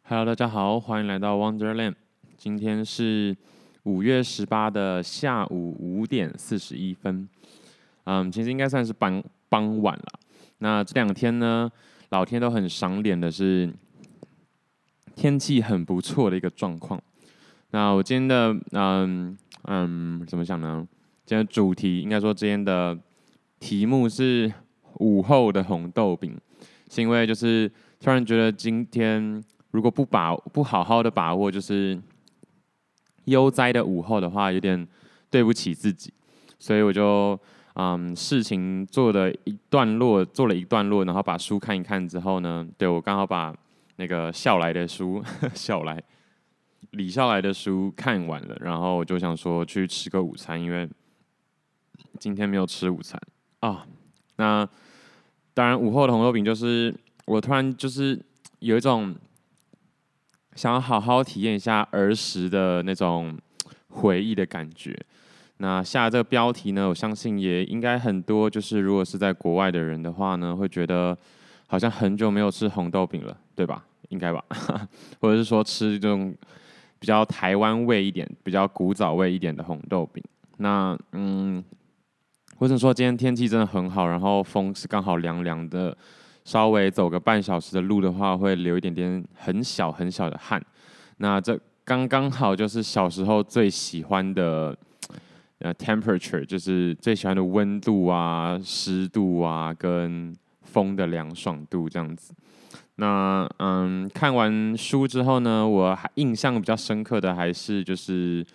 Hello，大家好，欢迎来到 Wonderland。今天是5月18的下午5点41分。其实应该算是傍晚了。那这2天呢，老天都很赏脸的是天气很不错的一个状况。那我今天的怎么讲呢？今天的主题应该说今天的题目是午后的红豆饼，是因为就是突然觉得今天如果不好好的把握，就是悠哉的午后的话，有点对不起自己，所以我就事情做了一段落，然后把书看一看之后呢，对我刚好把那个笑来的书李笑来的书看完了，然后我就想说去吃个午餐，因为今天没有吃午餐啊。那当然，午后的红豆饼就是我突然就是有一种想要好好体验一下儿时的那种回忆的感觉。那下这个标题呢，我相信也应该很多，就是如果是在国外的人的话呢，会觉得好像很久没有吃红豆饼了，对吧？应该吧，或者是说吃这种比较台湾味一点、比较古早味一点的红豆饼。那或者说今天天气真的很好，然后风是刚好凉凉的，稍微走个半小时的路的话，会流一点点很小很小的汗。那这刚刚好就是小时候最喜欢的temperature，就是最喜欢的温度啊、湿度啊，跟风的凉爽度这样子。那看完书之后呢，我还印象比较深刻的还是就是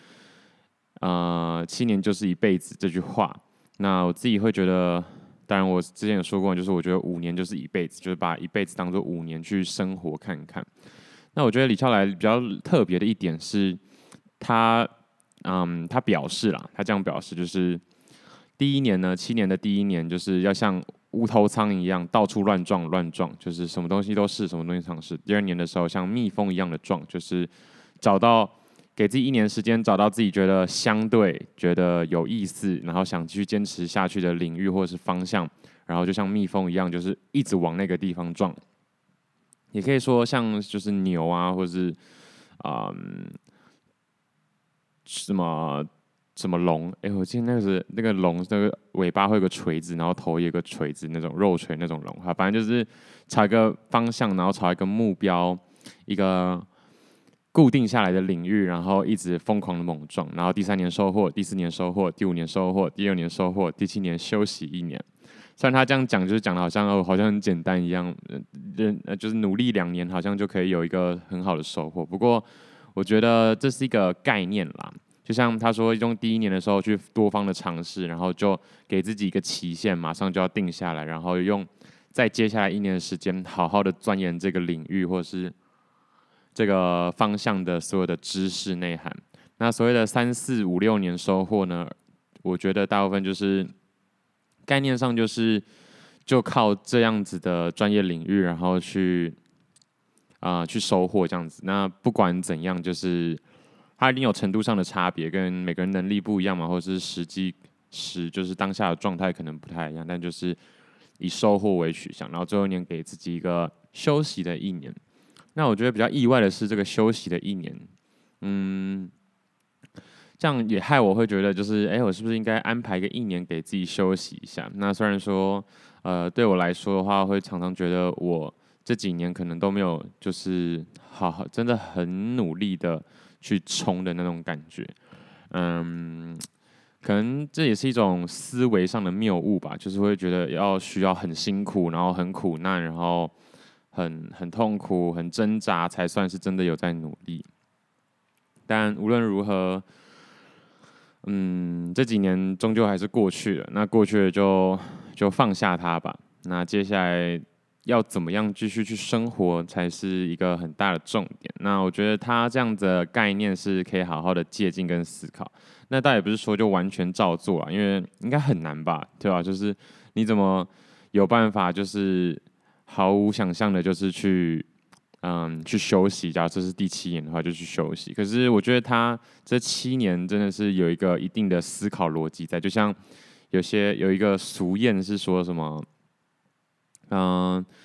7年就是一辈子这句话。那我自己会觉得，当然我之前有说过，就是我觉得5年就是一辈子，就是把一辈子当做5年去生活看看。那我觉得李笑来比较特别的一点是，他他表示啦，他这样表示就是第一年呢，7年的第一年就是要像无头苍蝇一样到处乱撞，就是什么东西都试，什么东西尝试。第2年的时候像蜜蜂一样的撞，就是找到给自己1年时间，找到自己觉得相对、觉得有意思，然后想继续坚持下去的领域或者是方向，然后就像蜜蜂一样，就是一直往那个地方撞。也可以说像就是牛啊，或者是嗯什么什么龙，我记得那个龙，那个尾巴会有个锤子，然后头也有个锤子，那种肉锤那种龙，反正就是朝一个方向，然后朝一个目标，一个固定下来的领域，然后一直疯狂的猛撞，然后第3年收获，第4年收获，第5年收获，第6年收获，第7年休息1年。虽然他这样讲，就是讲的好像很简单一样，就是努力2年，好像就可以有一个很好的收获。不过，我觉得这是一个概念啦。就像他说，用第1年的时候去多方的尝试，然后就给自己一个期限，马上就要定下来，然后用在接下来1年的时间，好好的钻研这个领域或是这个方向的所有的知识内涵。那所谓的3、4、5、6年收获呢，我觉得大部分就是概念上就靠这样子的专业领域，然后去收获这样子。那不管怎样，就是它一定有程度上的差别，跟每个人能力不一样嘛，或者是就是当下的状态可能不太一样，但就是以收获为取向，然后最后1年给自己一个休息的1年。那我觉得比较意外的是这个休息的1年，嗯，这样也害我会觉得就是，我是不是应该安排一个1年给自己休息一下？那虽然说，对我来说的话，会常常觉得我这几年可能都没有就是真的很努力的去冲的那种感觉，嗯，可能这也是一种思维上的谬误吧，就是会觉得需要很辛苦，然后很苦难，然后很痛苦、很挣扎，才算是真的有在努力。但无论如何，这几年终究还是过去了。那过去了就放下它吧。那接下来要怎么样继续去生活，才是一个很大的重点。那我觉得他这样子的概念是可以好好的借鉴跟思考。那倒也不是说就完全照做啊，因为应该很难吧，对吧？就是你怎么有办法，就是毫无想象的，就是去休息。假如这是第7年的话，就去休息。可是我觉得他这7年真的是有一个一定的思考逻辑在，就像有一个俗谚是说什么，嗯、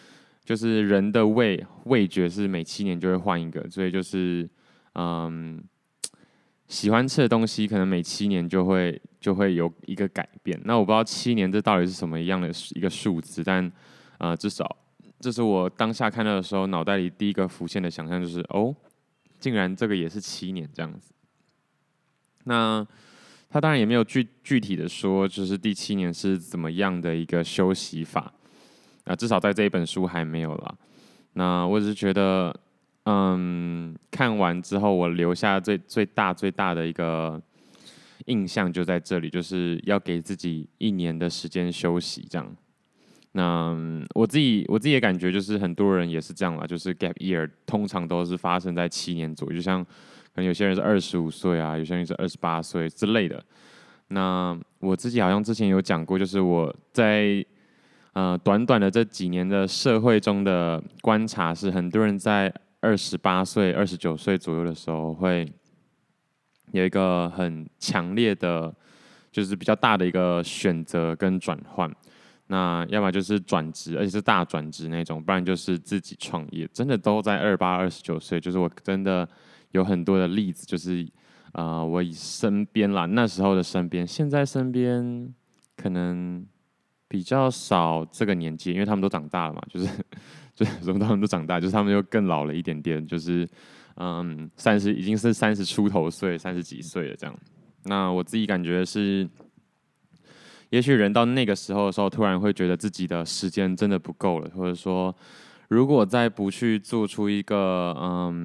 就是人的味觉是每7年就会换一个，所以就是嗯，喜欢吃的东西可能每7年就会有一个改变。那我不知道7年这到底是什么样的一个数字，但至少这是我当下看到的时候脑袋里第一个浮现的想象，就是哦，竟然这个也是7年这样子。那他当然也没有具体的说，就是第7年是怎么样的一个休息法。至少在这一本书还没有啦。那我只是觉得，看完之后我留下最大的一个印象就在这里，就是要给自己1年的时间休息，这样。那我自己的感觉就是很多人也是这样啦，就是 gap year 通常都是发生在7年左右，就像可能有些人是25岁啊，有些人是28岁之类的。那我自己好像之前有讲过，就是我在短短的这几年的社会中的观察是，很多人在28岁、29岁左右的时候，会有一个很强烈的，就是比较大的一个选择跟转换。那要么就是转职，而且是大转职那种，不然就是自己创业。真的都在28、29岁，就是我真的有很多的例子，就是我以身边啦，那时候的身边，现在身边可能比较少这个年纪，因为他们都长大了嘛，就是什么他们都长大，就是他们又更老了一点点，就是已经是30出头岁、30几岁了这样。那我自己感觉是，也许人到那个时候的时候，突然会觉得自己的时间真的不够了，或者说，如果再不去做出一个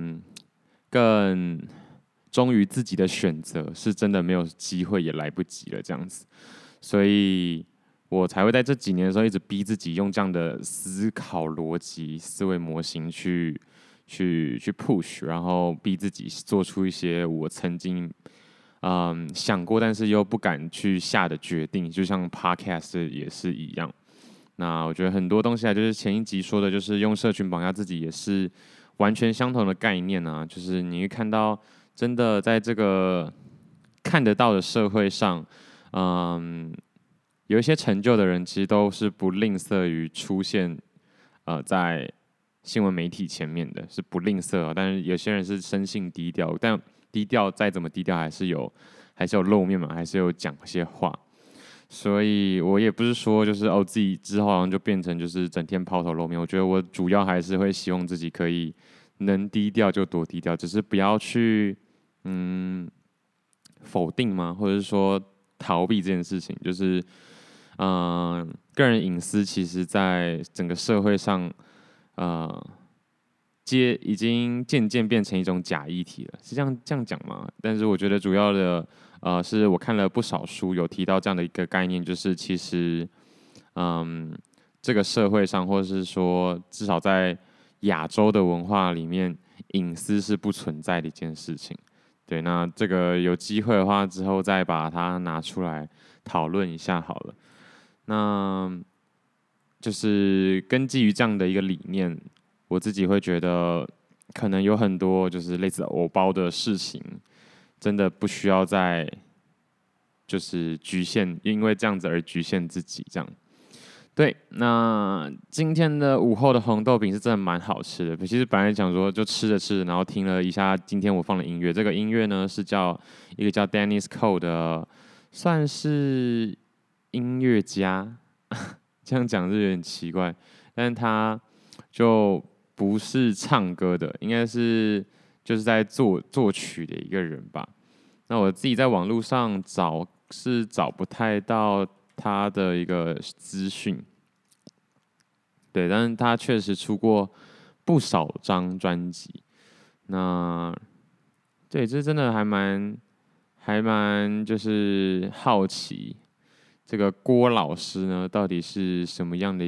更忠于自己的选择，是真的没有机会，也来不及了这样子。所以我才会在这几年的时候一直逼自己用这样的思考逻辑、思维模型去 push，然后逼自己做出一些我曾经想过但是又不敢去下的决定，就像 podcast 也是一样。那我觉得很多东西啊，就是前一集说的，就是用社群绑架自己，也是完全相同的概念啊。就是你会看到，真的在这个看得到的社会上，嗯，有一些成就的人，其实都是不吝啬于出现，在新闻媒体前面的，是不吝啬、哦。但是有些人是生性低调，但低调再怎么低调，还是有露面嘛，还是有讲些话。所以我也不是说就是自己之后好像就变成就是整天抛头露面。我觉得我主要还是会希望自己可以能低调就多低调，只是不要去否定吗？或者是说逃避这件事情？就是个人隐私其实在整个社会上呃已经渐渐变成一种假议题了，是这样讲吗？但是我觉得主要的是我看了不少书，有提到这样的一个概念，就是其实嗯这个社会上，或者是说至少在亚洲的文化里面，隐私是不存在的一件事情。对，那这个有机会的话，之后再把它拿出来讨论一下好了。那就是根基于这样的一个理念，我自己会觉得，可能有很多就是类似偶包的事情，真的不需要再就是局限，因为这样子而局限自己这样。对，那今天的午后的红豆饼是真的蛮好吃的。其实本来想说就吃着吃着，然后听了一下今天我放的音乐。这个音乐呢是一个叫 Dennis Cole 的，算是音乐家。这样讲是有点奇怪，但是他就不是唱歌的，应该是就是在作曲的一个人吧。那我自己在网络上找是找不太到他的一个资讯，对，但是他确实出过不少张专辑。那对，这真的还蛮就是好奇，这个郭老师呢到底是什么样的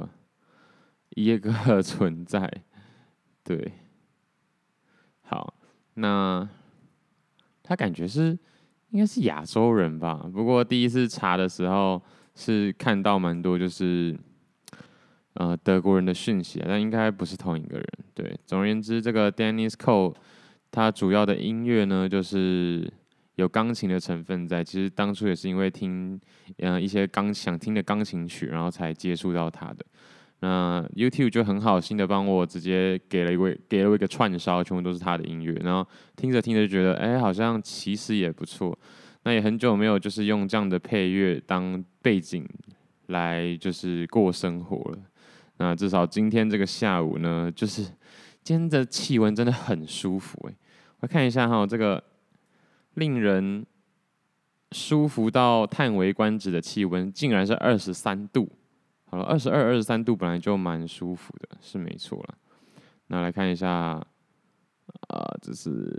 一个存在？对，好，那他感觉应该是亚洲人吧，不过第一次查的时候是看到蛮多就是德国人的讯息，但应该不是同一个人。对，总而言之，这个 Dennis Cole 他主要的音乐呢，就是有钢琴的成分在。其实当初也是因为听一些想听的钢琴曲，然后才接触到他的。 那 YouTube 就很好心的帮我直接给了我一个串烧，全部都是他的音乐，然后听着听着就觉得，好像其实也不错。那也很久没有就是用这样的配乐当背景来就是过生活了。那至少今天这个下午呢，就是今天的气温真的很舒服我看一下哈，这个令人舒服到叹为观止的气温，竟然是23度。好了，22、23度本来就蛮舒服的，是没错了。那来看一下，这是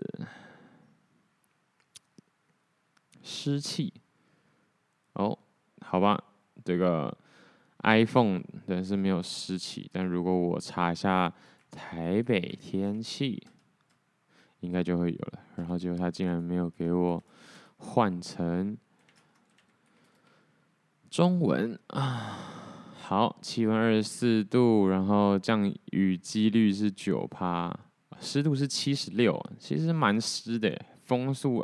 湿气哦，好吧，这个 iPhone 但是没有湿气，但如果我查一下台北天气，应该就会有了。然后结果他竟然没有给我换成中文啊。好，气温24度，然后降雨几率是9%，湿度是76，其实蛮湿的耶，风速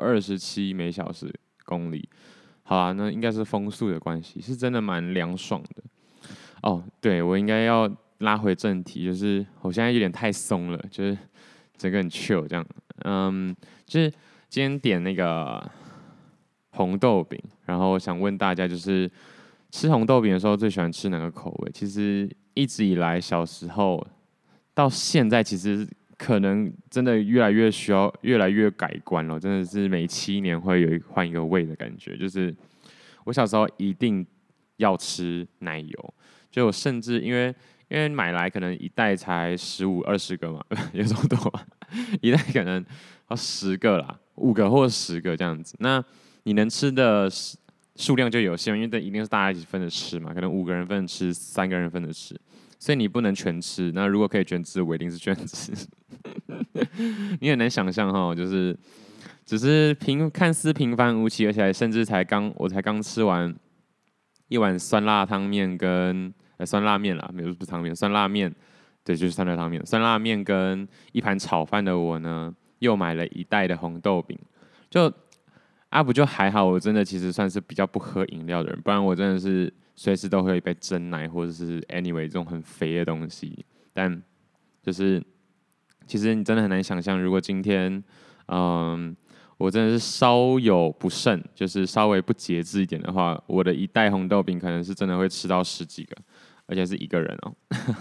27每小时公里。好啊，那应该是风速的关系，是真的蛮凉爽的。哦，对，我应该要拉回正题，就是我现在有点太松了，就是整个很 chill 这样。就是今天点那个红豆饼，然后想问大家，就是吃红豆饼的时候最喜欢吃哪个口味？其实一直以来，小时候到现在，其实可能真的越来越需要，越来越改观了。真的是每7年会换一个味的感觉。就是我小时候一定要吃奶油，就我甚至因为买来可能一袋才15、20个嘛，有这么多吗？一袋可能要10个啦，5个或者10个这样子。那你能吃的数量就有限，因为这一定是大家一起分着吃嘛，可能5个人分着吃，3个人分着吃，所以你不能全吃。那如果可以全吃，我一定是全吃。你很难想象哈，就是只是看似平凡无奇，而且甚至我才刚吃完一碗酸辣汤面跟酸辣面啦，没有不是汤面，酸辣面，对，就是酸辣汤面，酸辣面跟一盘炒饭的我呢，又买了一袋的红豆饼，就不就还好，我真的其实算是比较不喝饮料的人，不然我真的是随时都会有一杯真奶或者是 anyway 这种很肥的东西。但就是其实你真的很难想象，如果今天我真的是稍有不慎，就是稍微不节制一点的话，我的一袋红豆饼可能是真的会吃到10几个，而且是一个人哦。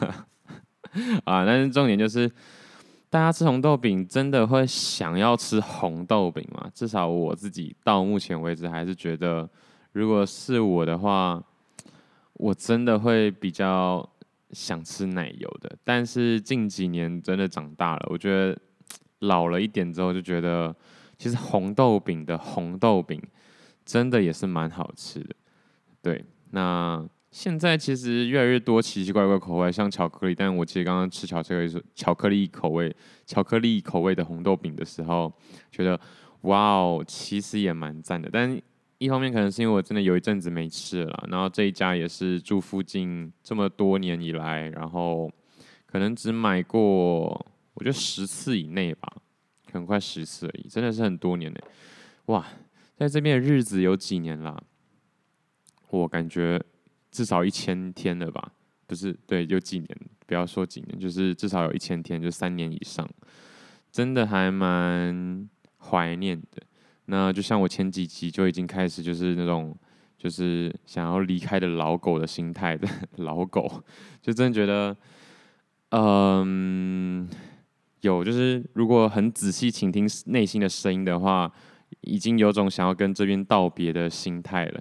但是重点就是，大家吃红豆饼真的会想要吃红豆饼吗？至少我自己到目前为止还是觉得，如果是我的话，我真的会比较想吃奶油的。但是近几年真的长大了，我觉得老了一点之后，就觉得其实红豆饼的红豆饼真的也是蛮好吃的。对，那现在其实越来越多奇奇怪怪口味，像巧克力。但我其实刚刚吃巧克力口味的红豆饼的时候，觉得哇哦，其实也蛮赞的。但一方面可能是因为我真的有一阵子没吃了啦，然后这一家也是住附近这么多年以来，然后可能只买过我觉得10次以内吧，可能快10次而已，真的是很多年呢。哇，在这边的日子有几年啦？我感觉至少1000天了吧？不是，对，有几年，不要说几年，就是至少有1000天，就3年以上，真的还蛮怀念的。那就像我前几集就已经开始，就是那种就是想要离开的老狗的心态的老狗，就真的觉得，嗯，就是如果很仔细倾听内心的声音的话，已经有种想要跟这边道别的心态了，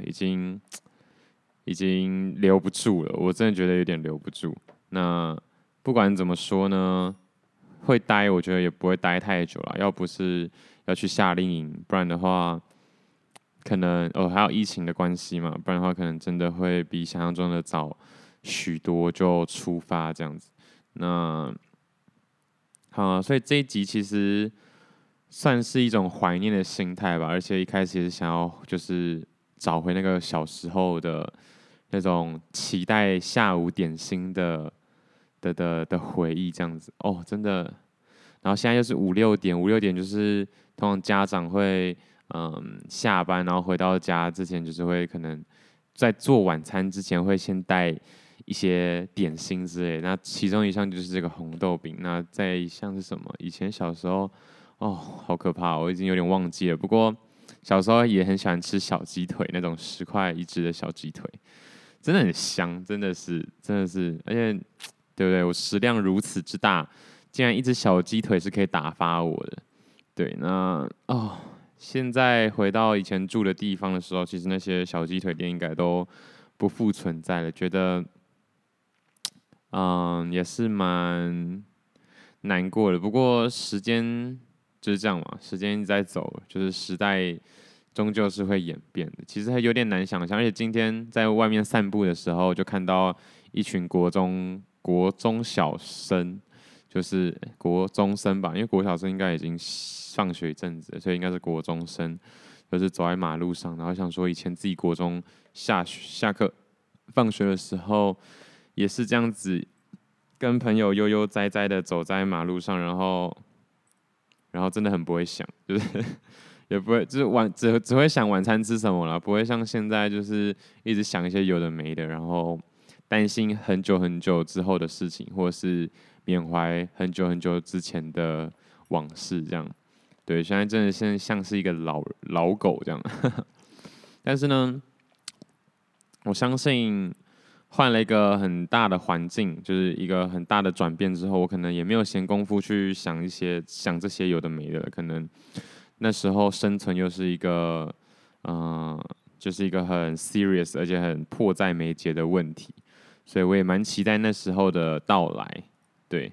已经留不住了，我真的觉得有点留不住。那不管怎么说呢，会待，我觉得也不会待太久了。要不是要去夏令营，不然的话，可能还有疫情的关系嘛，不然的话，可能真的会比想象中的早许多就出发这样子。那好，所以这一集其实算是一种怀念的心态吧，而且一开始也是想要就是找回那个小时候的那种期待下午点心的回忆，这样子哦，真的。然后现在又是5、6点，5、6点就是通常家长会下班，然后回到家之前就是会可能在做晚餐之前会先带一些点心之类的。那其中一项就是这个红豆饼，那再一项是什么？以前小时候，哦，好可怕，我已经有点忘记了。不过小时候也很喜欢吃小鸡腿，那种10块一只的小鸡腿，真的很香，真的是，而且对不对？我食量如此之大，竟然一只小鸡腿是可以打发我的。对，那哦，现在回到以前住的地方的时候，其实那些小鸡腿店应该都不复存在了，觉得也是蛮难过的。不过时间就是这样嘛，时间一直在走，就是时代终究是会演变的。其实还有点难想象，而且今天在外面散步的时候，就看到一群国中小生，就是国中生吧，因为国小生应该已经上学一阵子了，所以应该是国中生，就是走在马路上，然后想说以前自己国中下课放学的时候也是这样子，跟朋友悠悠哉哉的走在马路上，然后真的很不会想，就是也不会就是只会想晚餐吃什么了，不会像现在就是一直想一些有的没的，然后担心很久很久之后的事情，或是缅怀很久很久之前的往事，这样。对，现在真的像是一个老狗这样。但是呢，我相信换了一个很大的环境，就是一个很大的转变之后，我可能也没有闲工夫去想这些有的没的，可能那时候生存又是一个，就是一个很 serious 而且很迫在眉睫的问题，所以我也蛮期待那时候的到来。对，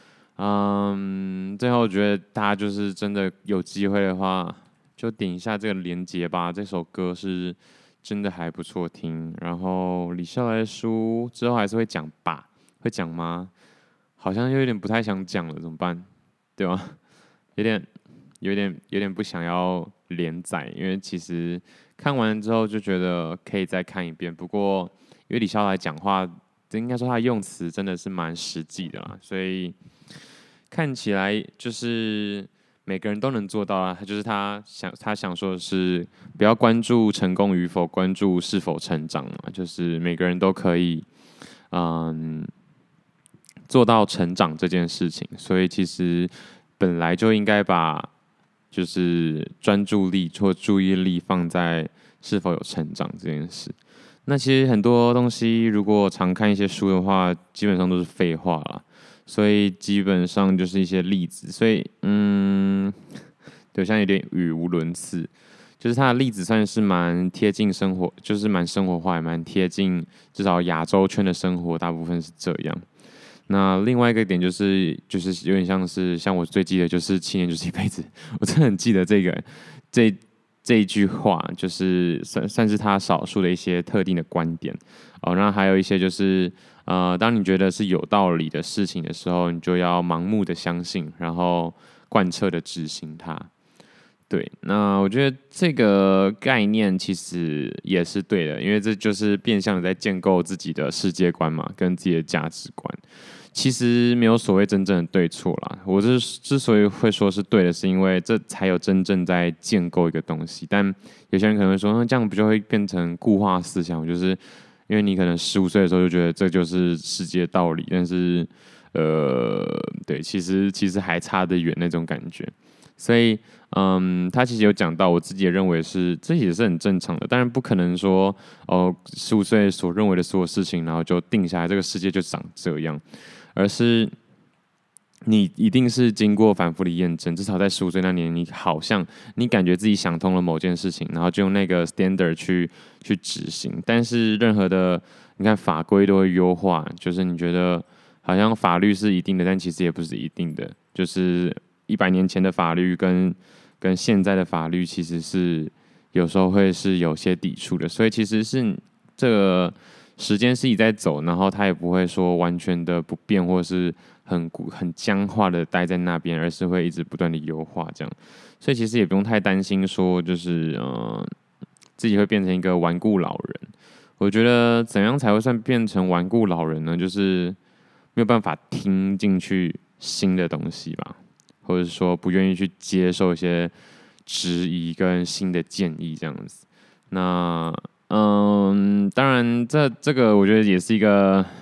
最后我觉得大家就是真的有机会的话，就点一下这个连结吧。这首歌是真的还不错听。然后李笑来的书之后还是会讲吧，会讲吗？好像有点不太想讲了，怎么办？对吧？有点有点不想要连载，因为其实看完之后就觉得可以再看一遍。不过因为李笑来讲话，应该说他用词真的是蛮实际的啦，所以看起来就是每个人都能做到啊。他就是他想说的是，不要关注成功与否，关注是否成长嘛。就是每个人都可以，嗯，做到成长这件事情。所以其实本来就应该把就是专注力或注意力放在是否有成长这件事。那其实很多东西，如果常看一些书的话，基本上都是废话啦。所以基本上就是一些例子。所以对，像有点语无伦次。就是它的例子算是蛮贴近生活，就是蛮生活化，也蛮贴近至少亚洲圈的生活，大部分是这样。那另外一个点就是有点像我最记得就是7年就是一辈子，我真的很记得这这一句话，就是算是他少数的一些特定的观点哦。那还有一些就是当你觉得是有道理的事情的时候，你就要盲目的相信，然后贯彻的执行它。对，那我觉得这个概念其实也是对的，因为这就是变相的在建构自己的世界观嘛，跟自己的价值观。其实没有所谓真正的对错啦，我之所以会说是对的，是因为这才有真正在建构一个东西。但有些人可能会说，那这样不就会变成固化思想？就是因为你可能15岁的时候就觉得这就是世界道理，但是对，其实还差得远那种感觉。所以，他其实有讲到，我自己也认为这也是很正常的。当然，不可能说，15岁所认为的所有事情，然后就定下来，这个世界就长这样，而是你一定是经过反复的验证，至少在15岁那年，你感觉自己想通了某件事情，然后就用那个 standard 去执行。但是任何的，你看法规都会优化，就是你觉得好像法律是一定的，但其实也不是一定的，就是100年前的法律跟现在的法律其实是有时候会是有些抵触的，所以其实是这个时间是一直在走，然后它也不会说完全的不变，或者是很僵化的待在那边，而是会一直不断的优化这样，所以其实也不用太担心说就是自己会变成一个顽固老人。我觉得怎样才会算变成顽固老人呢？就是没有办法听进去新的东西吧。或者说不愿意去接受一些质疑跟新的建议这样子。那当然这个我觉得也是一个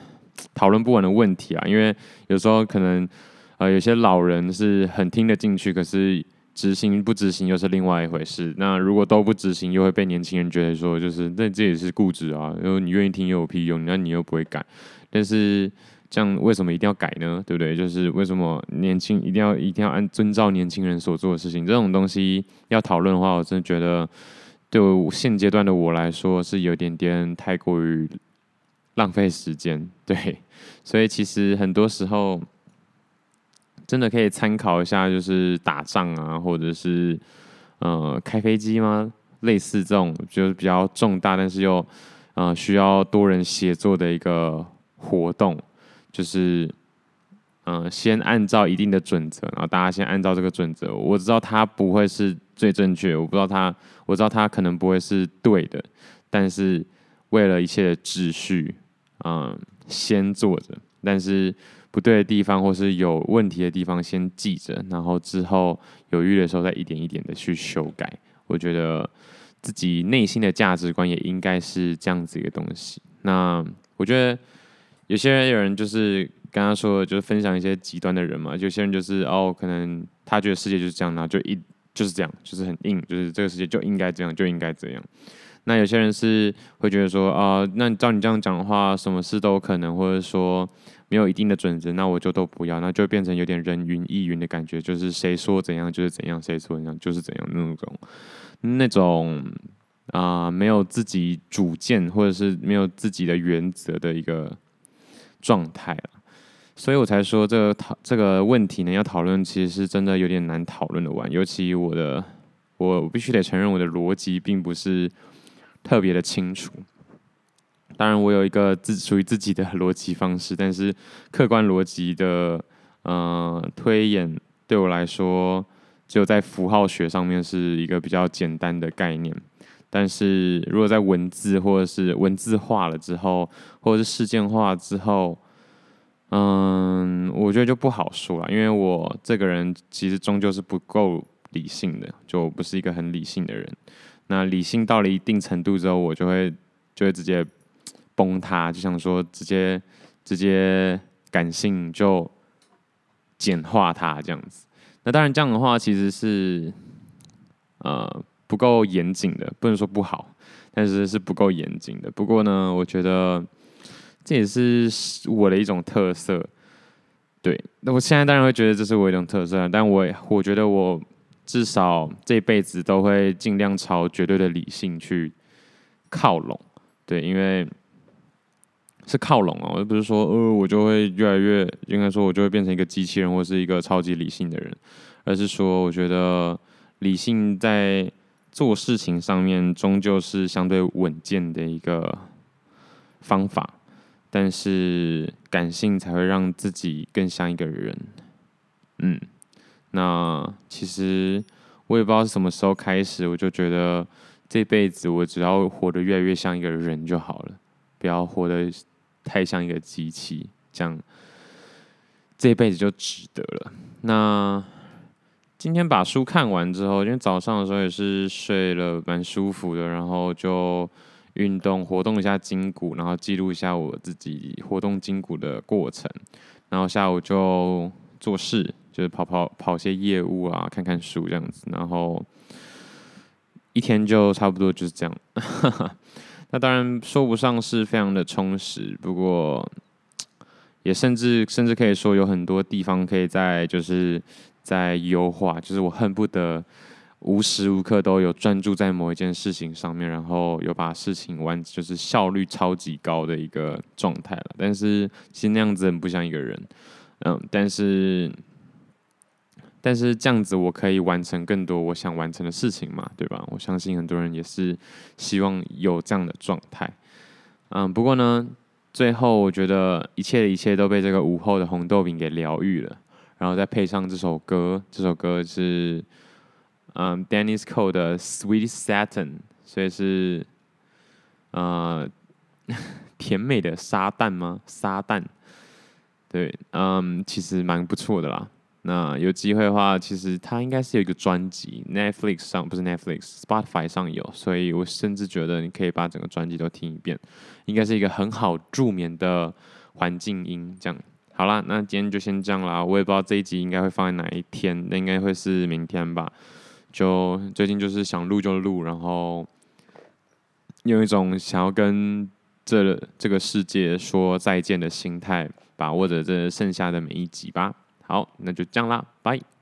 讨论不完的问题啊，因为有时候可能有些老人是很听得进去，可是执行不执行又是另外一回事。那如果都不执行，又会被年轻人觉得说，就是那这也是固执啊，然后你愿意听又有屁用，那你又不会改。但是这样为什么一定要改呢？对不对？就是为什么一定要遵照年轻人所做的事情？这种东西要讨论的话，我真的觉得对现阶段的我来说是有点点太过于浪费时间。对，所以其实很多时候。真的可以参考一下，就是打仗啊，或者是开飞机吗？类似这种就是比较重大，但是又需要多人协作的一个活动，就是先按照一定的准则，然后大家先按照这个准则。我知道它不会是最正确，我知道它可能不会是对的，但是为了一切的秩序，先做着，但是。不对的地方或是有问题的地方先记着，然后之后有余的时候再一点一点的去修改。我觉得自己内心的价值观也应该是这样子一个东西。那我觉得有人就是刚刚说的，就是分享一些极端的人嘛，有些人就是可能他觉得世界就是这样，然后就是这样，就是很硬，就是这个世界就应该这样，就应该这样。那有些人是会觉得说那照你这样讲的话，什么事都有可能，或者说没有一定的准则，那我就都不要，那就变成有点人云亦云的感觉，就是谁说怎样就是怎样，谁说怎样就是怎样那种没有自己主见或者是没有自己的原则的一个状态了。所以我才说这个问题呢，要讨论其实是真的有点难讨论的完，尤其我必须得承认我的逻辑并不是特别的清楚。当然，我有一个属于自己的逻辑方式，但是客观逻辑的推演对我来说，只有在符号学上面是一个比较简单的概念。但是如果在文字或者是文字化了之后，或者是事件化之后，我觉得就不好说了，因为我这个人其实终究是不够理性的，就不是一个很理性的人。那理性到了一定程度之后，我就会直接崩塌，就想说直接感性就简化它这样子。那当然这样的话其实是不够严谨的，不能说不好，但是是不够严谨的。不过呢，我觉得这也是我的一种特色。对，那我现在当然会觉得这是我一种特色，但我觉得我至少这辈子都会尽量朝绝对的理性去靠拢。对，因为是靠拢哦，而不是说我就会越来越，应该说我就会变成一个机器人或是一个超级理性的人，而是说我觉得理性在做事情上面终究是相对稳健的一个方法。但是感性才会让自己更像一个人。那其实我也不知道是什么时候开始，我就觉得这辈子我只要活得越来越像一个人就好了，不要活得太像一个机器，这样这辈子就值得了。那今天把书看完之后，因为早上的时候也是睡了蛮舒服的，然后就运动活动一下筋骨，然后记录一下我自己活动筋骨的过程。然后下午就做事，就是跑些业务啊，看看书这样子。然后一天就差不多就是这样。那当然说不上是非常的充实，不过也甚至可以说有很多地方可以在优化，就是我恨不得无时无刻都有专注在某一件事情上面，然后有把事情就是效率超级高的一个状态了。但是其实那样子很不像一个人，但是这样子我可以完成更多我想完成的事情嘛，对吧？我相信很多人也是希望有这样的状态。不过呢，最后我觉得一切的一切都被这个午后的红豆饼给疗愈了，然后再配上这首歌，这首歌是Dennis Cole 的 Sweet Satin， 所以是甜美的撒旦吗？撒旦，对，其实蛮不错的啦。那有机会的话，其实它应该是有一个专辑 ，Netflix 上不是 Netflix，Spotify 上有，所以我甚至觉得你可以把整个专辑都听一遍，应该是一个很好助眠的环境音这样。好啦，那今天就先这样啦。我也不知道这一集应该会放在哪一天，那应该会是明天吧。就最近就是想录就录，然后用一种想要跟这个世界说再见的心态，把握着这剩下的每一集吧。好，那就这样啦，拜。